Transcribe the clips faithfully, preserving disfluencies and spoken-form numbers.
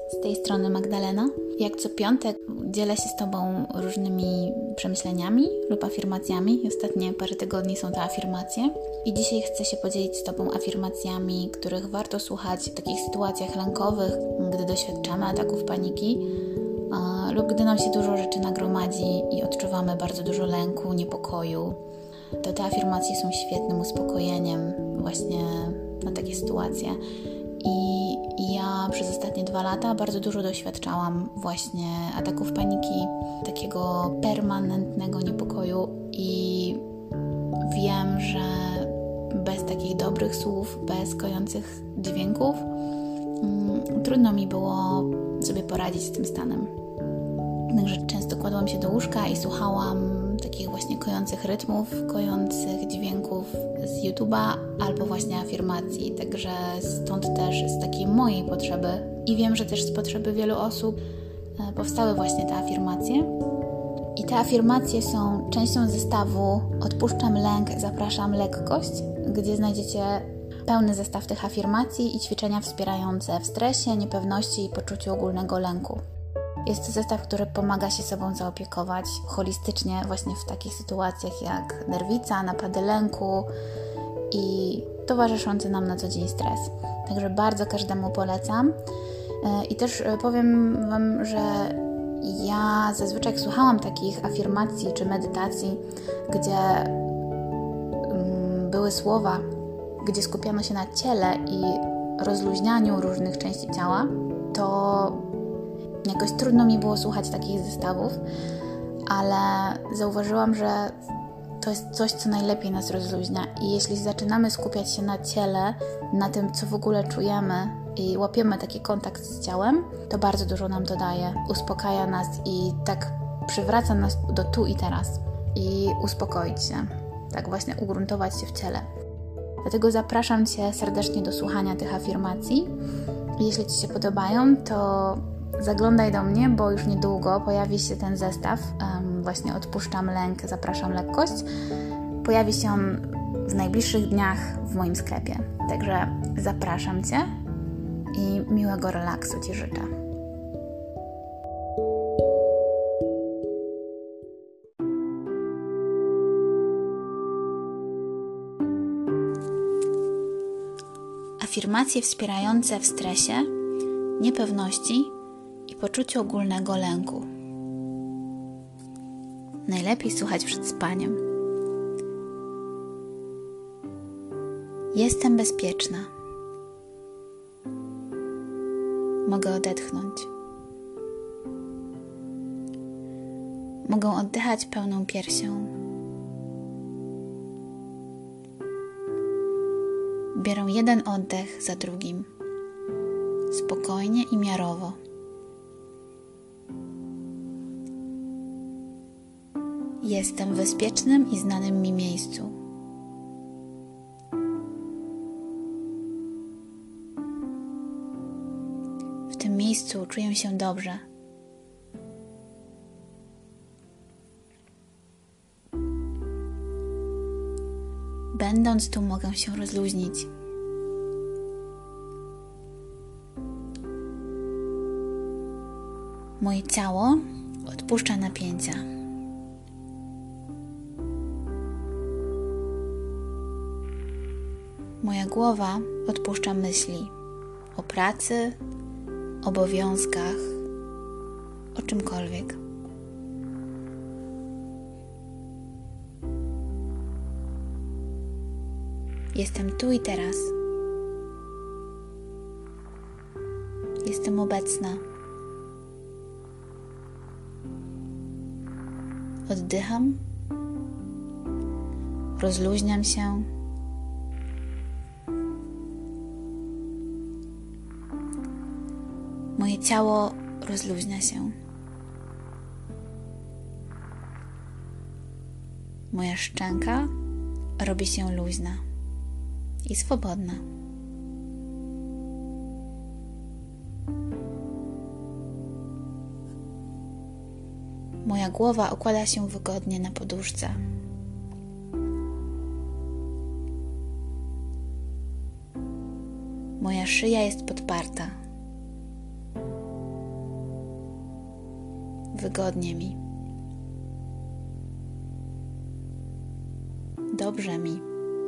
Z tej strony Magdalena. Jak co piątek dzielę się z Tobą różnymi przemyśleniami lub afirmacjami. Ostatnie parę tygodni są to afirmacje. I dzisiaj chcę się podzielić z Tobą afirmacjami, których warto słuchać w takich sytuacjach lękowych, gdy doświadczamy ataków paniki lub gdy nam się dużo rzeczy nagromadzi i odczuwamy bardzo dużo lęku, niepokoju. To te afirmacje są świetnym uspokojeniem właśnie na takie sytuacje. I ja przez ostatnie dwa lata bardzo dużo doświadczałam właśnie ataków paniki, takiego permanentnego niepokoju i wiem, że bez takich dobrych słów, bez kojących dźwięków mm, trudno mi było sobie poradzić z tym stanem. Także często kładłam się do łóżka i słuchałam takich właśnie kojących rytmów, kojących dźwięków z YouTube'a albo właśnie afirmacji. Także stąd też z takiej mojej potrzeby i wiem, że też z potrzeby wielu osób powstały właśnie te afirmacje. I te afirmacje są częścią zestawu Odpuszczam lęk, zapraszam lekkość, gdzie znajdziecie pełny zestaw tych afirmacji i ćwiczenia wspierające w stresie, niepewności i poczuciu ogólnego lęku. Jest to zestaw, który pomaga się sobą zaopiekować holistycznie właśnie w takich sytuacjach jak nerwica, napady lęku i towarzyszący nam na co dzień stres. Także bardzo każdemu polecam. I też powiem Wam, że ja zazwyczaj jak słuchałam takich afirmacji czy medytacji, gdzie były słowa, gdzie skupiano się na ciele i rozluźnianiu różnych części ciała, to jakoś trudno mi było słuchać takich zestawów, ale zauważyłam, że to jest coś, co najlepiej nas rozluźnia i jeśli zaczynamy skupiać się na ciele, na tym, co w ogóle czujemy i łapiemy taki kontakt z ciałem, to bardzo dużo nam to daje, uspokaja nas i tak przywraca nas do tu i teraz i uspokoić się, tak właśnie ugruntować się w ciele. Dlatego zapraszam Cię serdecznie do słuchania tych afirmacji. Jeśli Ci się podobają, to zaglądaj do mnie, bo już niedługo pojawi się ten zestaw. Um, właśnie Odpuszczam lęk, zapraszam lekkość. Pojawi się on w najbliższych dniach w moim sklepie. Także zapraszam Cię i miłego relaksu Ci życzę. Afirmacje wspierające w stresie, niepewności i poczuciu ogólnego lęku. Najlepiej słuchać przed spaniem. Jestem bezpieczna. Mogę odetchnąć. Mogę oddychać pełną piersią. Biorę jeden oddech za drugim. Spokojnie i miarowo. Jestem w bezpiecznym i znanym mi miejscu. W tym miejscu czuję się dobrze. Będąc tu, mogę się rozluźnić. Moje ciało odpuszcza napięcia. Moja głowa odpuszcza myśli o pracy, obowiązkach, o czymkolwiek. Jestem tu i teraz. Jestem obecna. Oddycham. Rozluźniam się. Moje ciało rozluźnia się. Moja szczęka robi się luźna i swobodna. Moja głowa układa się wygodnie na poduszce. Moja szyja jest podparta. wygodnie mi. Dobrze mi.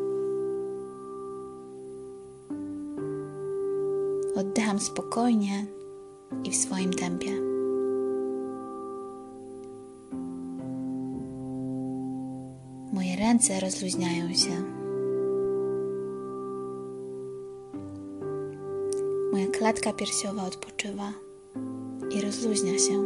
Oddycham spokojnie i w swoim tempie. Moje ręce rozluźniają się. Moja klatka piersiowa odpoczywa i rozluźnia się.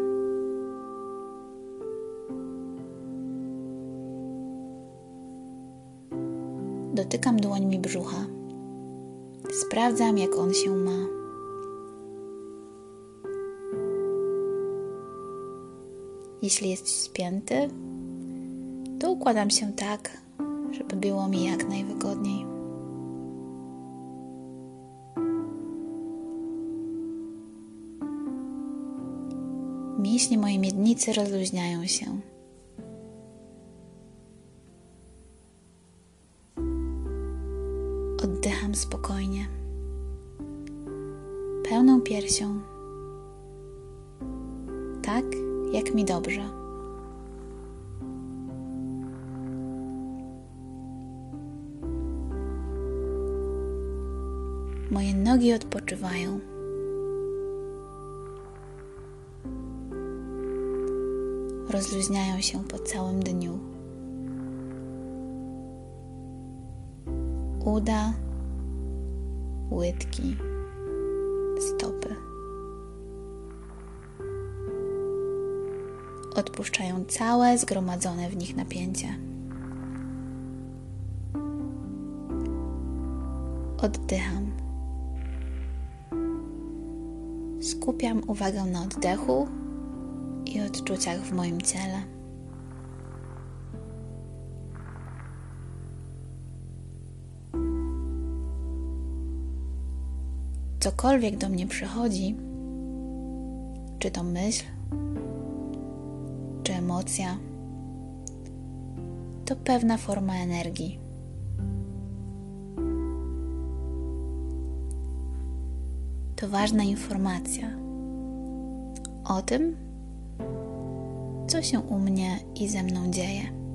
Dotykam dłońmi brzucha. Sprawdzam, jak on się ma. Jeśli jest spięty, to układam się tak, żeby było mi jak najwygodniej. Mięśnie mojej miednicy rozluźniają się. Oddycham spokojnie, pełną piersią, tak jak mi dobrze. Moje nogi odpoczywają. Rozluźniają się po całym dniu. Uda, łydki, stopy. Odpuszczają całe zgromadzone w nich napięcie. Oddycham. Skupiam uwagę na oddechu i odczuciach w moim ciele. Cokolwiek do mnie przychodzi, czy to myśl, czy emocja, to pewna forma energii. To ważna informacja o tym, co się u mnie i ze mną dzieje.